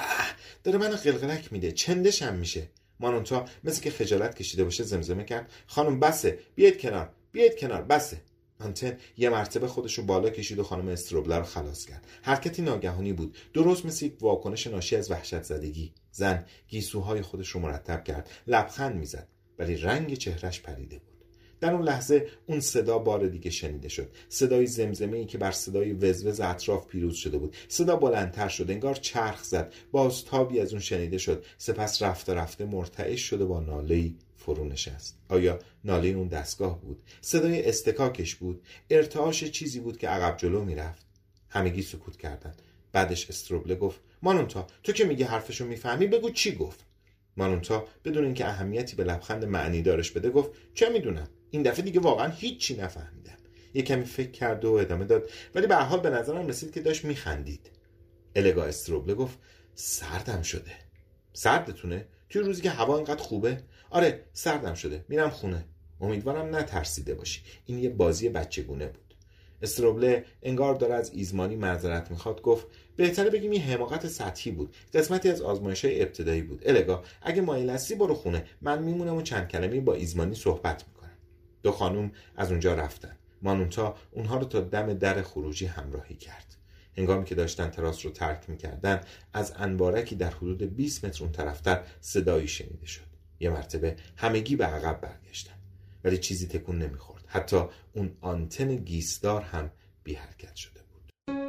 داره منو قلقلک میده، چندشم میشه. مانونتا مثل که خجالت کشیده باشه زمزمه کرد خانم بسه، بیاید کنار، بیاید کنار، بسه. آنتن یه مرتبه خودش رو بالا کشید و خانم استروبله رو خلاص کرد. حرکتی ناگهانی بود، درست مثل یک واکنش ناشی از وحشت زدگی. زن گیسوهای خودش رو مرتب کرد، لبخند میزد، ولی رنگ چهرش پریده بود. در اون لحظه اون صدا بار دیگه شنیده شد. صدای زمزمه‌ای که بر صدای وزوز اطراف پیروز شده بود. صدا بلندتر شد، انگار چرخ زد. بازتابی از اون شنیده شد. سپس رفته رفته مرتعش شده با ناله‌ای فرو نشست. آیا ناله اون دستگاه بود؟ صدای استکاکش بود؟ ارتعاش چیزی بود که عقب جلو میرفت؟ همگی سکوت کردند. بعدش استروبله گفت مانونتا تو که میگی حرفشو میفهمی بگو چی گفت. مانونتا بدون اینکه اهمیتی به لبخند معنی دارش بده گفت چه میدونم، این دفعه دیگه واقعا هیچی نفهمیدم. یه کمی فکر کرد و ادامه داد ولی به هر حال به نظرم رسید که داشت میخندید. الگا استروبله گفت سردم شده. سردتونه؟ توی روزی که هوا انقدر خوبه؟ آره سردم شده، میرم خونه. امیدوارم نترسیده باشی، این یه بازی بچگونه بود. استروبله انگار داره از ایزمانی معذرت میخواد گفت بهتره بگیم این حماقت سطحی بود، قسمتی از آزمایش‌های ابتدایی بود. الگا اگه مایل هستی برو خونه، من میمونم و چند کلمه‌ای با ایزمانی صحبت میکنم. دو خانم از اونجا رفتن. مانونتا اونها رو تا دم در خروجی همراهی کرد. هنگامی که داشتن تراس رو ترک میکردن از انبارکی در حدود 20 متر اون طرفتر صدایی شنیده شد. یه مرتبه همگی به عقب برگشتن، ولی چیزی تکون نمیخورد. حتی اون آنتن گیسدار هم بی حرکت شده بود.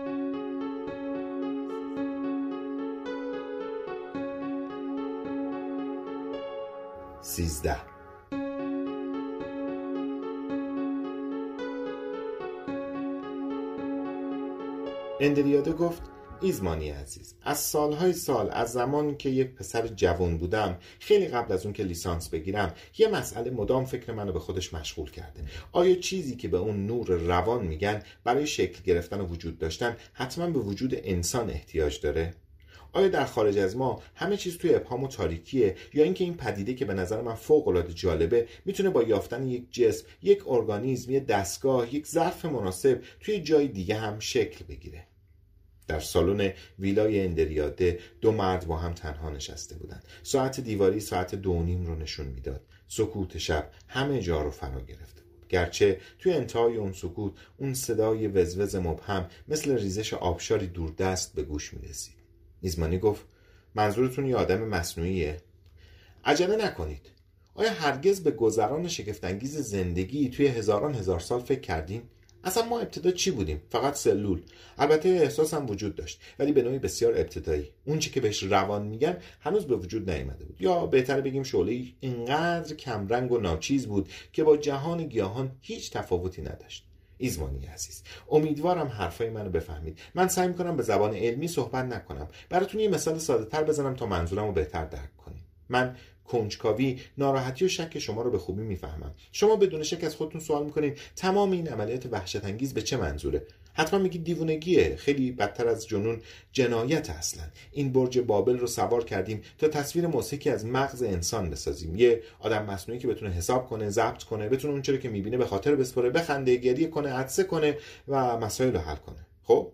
13. اندریاده گفت ایزمانی عزیز، از سالهای سال، از زمانی که یک پسر جوان بودم، خیلی قبل از اون که لیسانس بگیرم، یه مسئله مدام فکر منو به خودش مشغول کرده. آیا چیزی که به اون نور روان میگن برای شکل گرفتن و وجود داشتن حتما به وجود انسان احتیاج داره؟ آیا در خارج از ما همه چیز توی ابهام و تاریکیه، یا اینکه این پدیده که به نظر من فوق‌العاده جالبه میتونه با یافتن یک جسم، یک ارگانیسم، یک دستگاه، یک ظرف مناسب توی جای دیگه هم شکل بگیره؟ در سالن ویلای اندریاده دو مرد با هم تنها نشسته بودند. ساعت دیواری ساعت 2:30 رو نشون میداد. سکوت شب همه جا رو فرا گرفته بود، گرچه توی انتهای اون سکوت اون صدای وزوز مبهم مثل ریزش آبشاری دوردست به گوش میرسید. ایزمانی گفت منظورتون یه آدم مصنوعیه؟ عجله نکنید. آیا هرگز به گذران شگفت‌انگیز زندگی توی هزار سال فکر کردین؟ اصلا ما ابتدا چی بودیم؟ فقط سلول. البته احساس هم وجود داشت، ولی به نوعی بسیار ابتدایی. اون چی که بهش روان میگن هنوز به وجود نیامده بود، یا بهتره بگیم شعله‌ای اینقدر کمرنگ و ناچیز بود که با جهان گیاهان هیچ تفاوتی نداشت. ایزمانی عزیز، امیدوارم حرفای منو بفهمید. من سعی میکنم به زبان علمی صحبت نکنم، براتون یه مثال ساده تر بزنم تا منظورمو بهتر درک کنید. من کنجکاوی، ناراحتی و شک شما رو به خوبی میفهمم. شما بدون شک از خودتون سوال میکنید تمام این عملیات وحشت انگیز به چه منظوره؟ حتما میگید دیوونگیه، خیلی بدتر از جنون، جنایت. اصلا این برج بابل رو سوار کردیم تا تصویر موسیقی از مغز انسان بسازیم، یه آدم مصنوعی که بتونه حساب کنه، ضبط کنه، بتونه اون چیزی که میبینه به خاطر بسپره، بخنده، گریه کنه، عطسه کنه و مسائل رو حل کنه. خب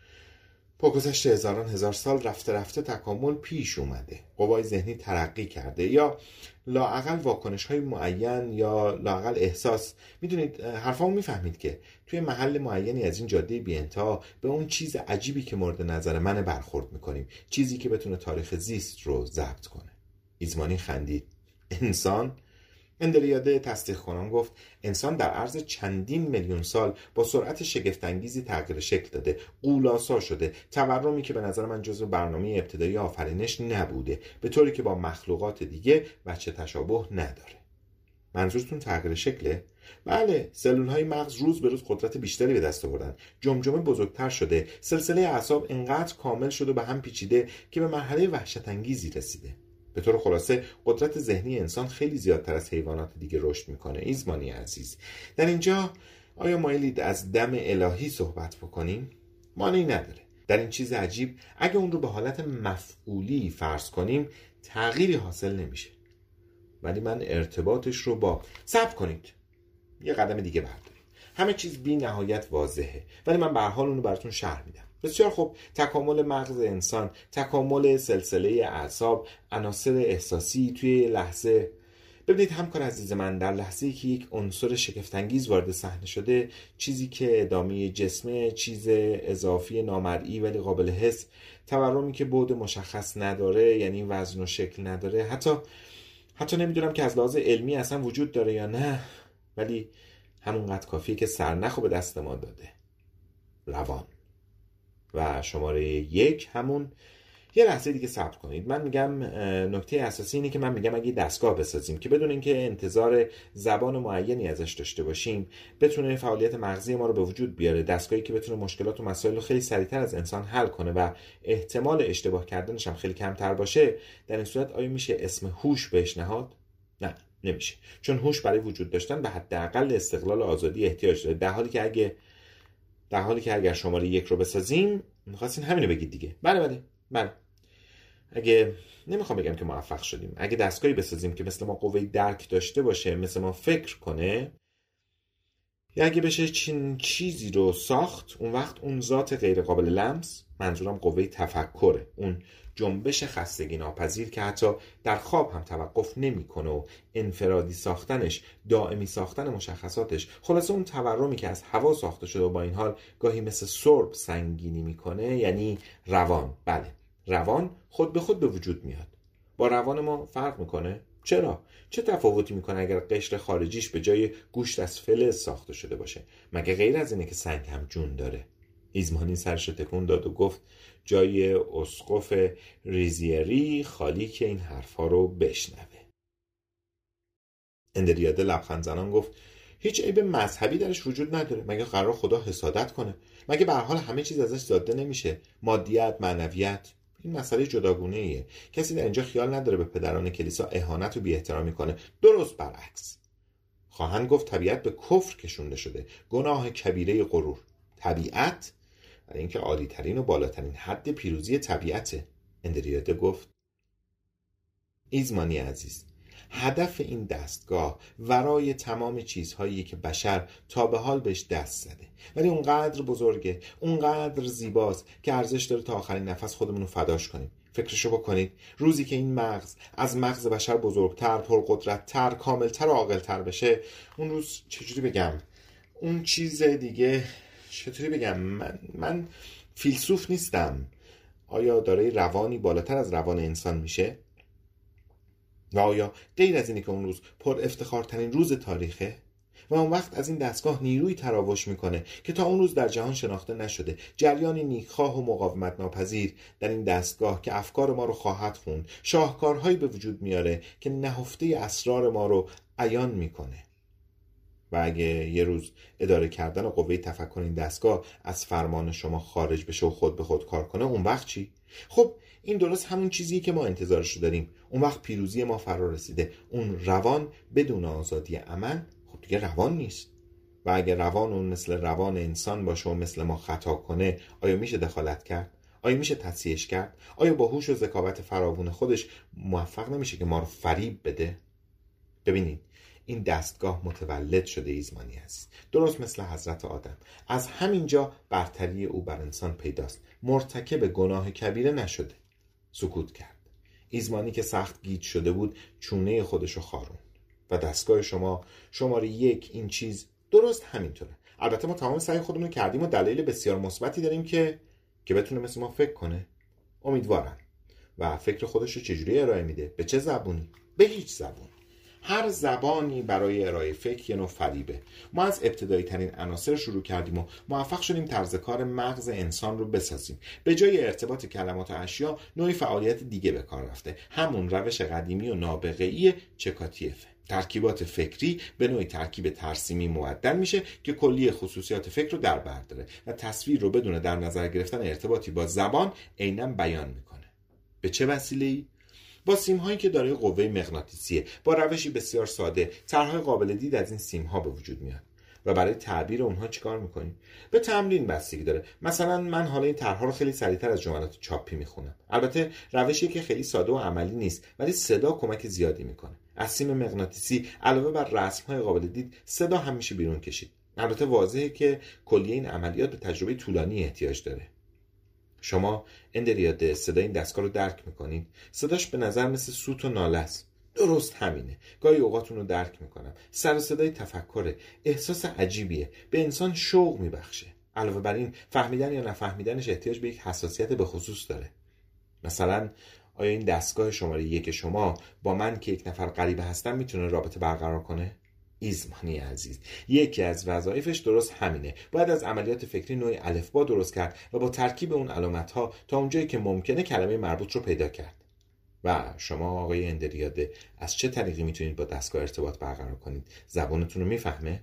با گذشت هزار سال رفته رفته تکامل پیش اومده، قوای ذهنی ترقی کرده، یا لااقل واکنش‌های معین، یا لااقل احساس. میدونید حرفامو میفهمید که توی محل معینی از این جاده بی‌انتها به اون چیز عجیبی که مورد نظر من برخورد میکنیم، چیزی که بتونه تاریخ زیست رو ضبط کنه. ایزمانی خندید. انسان؟ اندریاده تصدیق کنان گفت انسان در عرض چندین میلیون سال با سرعت شگفت‌انگیزی تغییر شکل داده، غول‌آسا شده، تورمی که به نظر من جزو برنامه ابتدایی آفرینش نبوده، به طوری که با مخلوقات دیگه وجه تشابه نداره. منظورتون تغییر شکله؟ بله، سلول‌های مغز روز به روز قدرت بیشتری به دست آوردن، جمجمه بزرگتر شده، سلسله اعصاب انقدر کامل شده و به هم پیچیده که به مرحله وحشت‌انگیزی رسیده. به طور خلاصه قدرت ذهنی انسان خیلی زیادتر از حیوانات دیگه رشد میکنه. ایزمانی عزیز، در اینجا آیا مایلید از دم الهی صحبت بکنیم؟ مانعی نداره. در این چیز عجیب اگه اون رو به حالت مفعولی فرض کنیم تغییری حاصل نمیشه، ولی من ارتباطش رو با صبر کنید یه قدم دیگه برداریم. همه چیز بی نهایت واضحه، ولی من به هر حال اون رو براتون شرح میدم. بسیار خوب. تکامل مغز انسان، تکامل سلسله اعصاب، عناصر احساسی توی لحظه. ببینید همکار عزیز من، در لحظه‌ای که یک عنصر شگفت‌انگیز وارد صحنه شده، چیزی که ادامه جسمه، چیز اضافی نامرئی ولی قابل حس، تورمی که بعد مشخص نداره، یعنی وزن و شکل نداره، حتی نمیدونم که از لحاظ علمی اصلا وجود داره یا نه، ولی همونقدر کافیه که سرنخو به دست ما داده. روان. و شماره 1 همون. یه لحظه دیگه صبر کنید. من میگم نکته اساسی اینه که من میگم اگه دستگاه بسازیم که بدون اینکه انتظار زبان معینی ازش داشته باشیم بتونه فعالیت مغزی ما رو به وجود بیاره، دستگاهی که بتونه مشکلات و مسائل رو خیلی سریعتر از انسان حل کنه و احتمال اشتباه کردنش هم خیلی کمتر باشه، در این صورت آیا میشه اسم هوش بهش نهاد؟ نه، نمیشه. چون هوش برای وجود داشتن به حداقل استقلال آزادی احتیاج داره، در حالی که اگر شماره 1 رو بسازیم. می‌خواستین همینو بگید دیگه. بله. اگه نمیخوام بگم که موفق شدیم، اگه دستگاهی بسازیم که مثل ما قوه درک داشته باشه، مثل ما فکر کنه، یا اگه بشه چیزی رو ساخت، اون وقت اون ذات غیر قابل لمس، منظورم قوه تفکره، اون جنبش خستگی ناپذیر که حتی در خواب هم توقف نمیکنه و انفرادی ساختنش، دائمی ساختن مشخصاتش، خلاصه اون تورمی که از هوا ساخته شده و با این حال گاهی مثل سرب سنگینی میکنه، یعنی روان. بله، روان خود به خود به وجود میاد. با روان ما فرق میکنه؟ چرا؟ چه تفاوتی میکنه اگر قشر خارجیش به جای گوشت از فلز ساخته شده باشه؟ مگه غیر از اینه که سنگ هم جون داره؟ ایزمانی سرش تکون داد و گفت جای اسقف ریزیری خالی که این حرفا رو بشنوه. اندریاده لبخند زنان گفت هیچ عیب مذهبی درش وجود نداره. مگه قرار خدا حسادت کنه؟ مگه به هر حال همه چیز ازش زاده نمیشه؟ مادیت، معنویت، این مسئله جداگونه ایه. کسی در اینجا خیال نداره به پدران کلیسا اهانت و بی‌احترامی کنه. درست برعکس. خواهند گفت طبیعت به کفر کشونده شده، گناه کبیره غرور. طبیعت برای اینکه عالی ترین و بالاترین حد پیروزی طبیعته. اندریاده گفت ایزمانی عزیز، هدف این دستگاه ورای تمام چیزهایی که بشر تا به حال بهش دست زده، ولی اونقدر بزرگه، اونقدر زیباست که ارزش داره تا آخرین نفس خودمون رو فداش کنیم. فکرشو بکنید، روزی که این مغز از مغز بشر بزرگتر، پرقدرتتر، کاملتر و عاقلتر بشه، اون روز چجوری بگم؟ اون چیز دیگه چطوری بگم؟ من فیلسوف نیستم. آیا دارای روانی بالاتر از روان انسان میشه؟ و آیا غیر از اینه که اون روز پر افتخارترین روز تاریخه؟ و اون وقت از این دستگاه نیروی تراوش میکنه که تا اون روز در جهان شناخته نشده، جریانی نیکخواه و مقاومت ناپذیر در این دستگاه که افکار ما رو خواهد خوند، شاهکارهایی به وجود میاره که نهفته اسرار ما رو عیان میکنه. و اگه یه روز اداره کردن و قوه تفکر این دستگاه از فرمان شما خارج بشه و خود به خود کار کنه، اون وقت چی؟ خب این درست همون چیزیه که ما انتظارش رو داریم. اون وقت پیروزی ما فرا رسیده. اون روان بدون آزادی عمل خب دیگه روان نیست. و اگه روان اون مثل روان انسان باشه و مثل ما خطا کنه، آیا میشه دخالت کرد؟ آیا میشه تصحیحش کرد؟ آیا با هوش و ذکاوت فراوون خودش موفق نمیشه که ما رو فریب بده؟ ببینید، این دستگاه متولد شده ایزمانی است، درست مثل حضرت آدم. از همینجا برتری او بر انسان پیداست. مرتکب گناه کبیره نشده، سکوت کرد. ایزمانی که سخت گیج شده بود چونه خودشو خاروند. و دستگاه شما شماره 1 این چیز درست همینطوره. البته ما تمام سعی خودمون کردیم و دلایل بسیار مثبتی داریم که بتونه مثل ما فکر کنه. امیدوارم. و فکر خودش رو چجوری ارائه میده؟ به چه زبونی؟ به هیچ زبون. هر زبانی برای ارائه فکر یه نوع فریبه. ما از ابتدایی ترین عناصر شروع کردیم و موفق شدیم طرز کار مغز انسان رو بسازیم. به جای ارتباط کلمات و اشیا نوعی فعالیت دیگه به کار رفته، همون روش قدیمی و نابغه‌ای چکاتیفه. ترکیبات فکری به نوعی ترکیب ترسیمی معدل میشه که کلیه خصوصیات فکر رو در بر داره و تصویر رو بدون در نظر گرفتن ارتباطی با زبان عیناً بیان میکنه. به چه وسیله‌ای؟ با سیم‌هایی که دارای قوه مغناطیسیه. با روشی بسیار ساده طرح‌های قابل دید از این سیم‌ها به وجود میاد. و برای تعبیر اونها چیکار میکنیم؟ به تمرین بستگی داره. مثلا من حالا این طرح‌ها رو خیلی سریعتر از جملات چاپی میخونم. البته روشی که خیلی ساده و عملی نیست، ولی صدا کمک زیادی میکنه. از سیم مغناطیسی علاوه بر رسم‌های قابل دید، صدا هم میشه بیرون کشید. البته واضحه که کلیه این عملیات به تجربه طولانی احتیاج داره. شما اندریاده صدای این دستگاه رو درک میکنید؟ صداش به نظر مثل سوت و ناله است. درست همینه. گاهی اوقات اون رو درک میکنم. سر و صدای تفکره. احساس عجیبیه. به انسان شوق میبخشه. علاوه بر این فهمیدن یا نفهمیدنش احتیاج به یک حساسیت به خصوص داره. مثلا آیا این دستگاه شماره 1 شما با من که یک نفر غریبه هستم میتونه رابطه برقرار کنه؟ ایزمانی عزیز، یکی از وظایفش درست همینه. باید از عملیات فکری نوعی الفبا درست کرد و با ترکیب اون علامت‌ها تا اونجایی که ممکنه کلمه مربوط رو پیدا کرد. و شما آقای اندریاده از چه طریقی میتونید با دستگاه ارتباط برقرار کنید؟ زبانتون رو میفهمه؟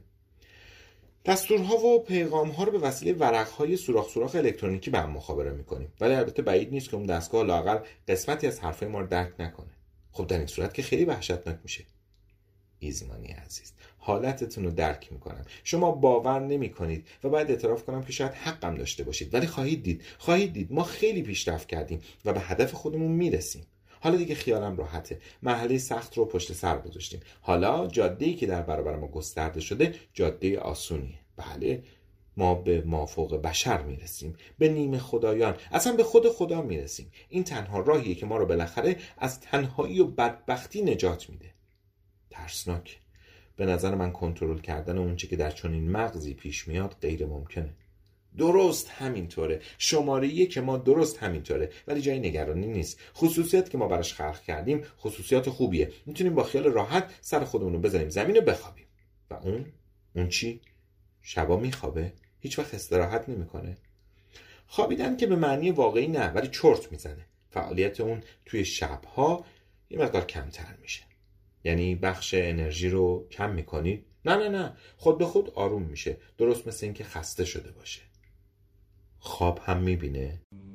دستورها و پیغام‌ها رو به وسیله ورق‌های سوراخ الکترونیکی به هم مخابره می‌کنیم. ولی البته بعید نیست که اون دستگاه لااقل قسمتی از حرفای ما رو درک نکنه. خب در این صورت که خیلی وحشتناک میشه. ایزمانی عزیز، حالتتون رو درک میکنم. شما باور نمی کنید و باید اعتراف کنم که شاید حقم داشته باشید، ولی خواهید دید ما خیلی پیشرفت کردیم و به هدف خودمون میرسیم. حالا دیگه خیالم راحته. مرحله سخت رو پشت سر گذاشتیم. حالا جاده‌ای که در برابر ما گسترده شده جاده آسونیه. بله، ما به مافوق بشر میرسیم، به نیمه خدایان، اصلا به خود خدا میرسیم. این تنها راهیه که ما رو بالاخره از تنهایی و بدبختی نجات میده. ترسناک. به نظر من کنترل کردن اونچه که در چنین مغزی پیش میاد غیر ممکنه. درست همینطوره. شماره 1 ما درست همینطوره، ولی جای نگرانی نیست. خصوصیات که ما براش خلق کردیم خصوصیات خوبیه. میتونیم با خیال راحت سر خودمون رو بذاریم زمین و بخوابیم. و اون چی؟ شبا میخوابه؟ هیچ وقت استراحت نمیکنه. خوابیدن که به معنی واقعی نه، ولی چرت میزنه. فعالیت اون توی شبها یه مقدار کمتر میشه. یعنی بخش انرژی رو کم میکنید؟ نه، خود به خود آروم میشه، درست مثل این که خسته شده باشه. خواب هم میبینه؟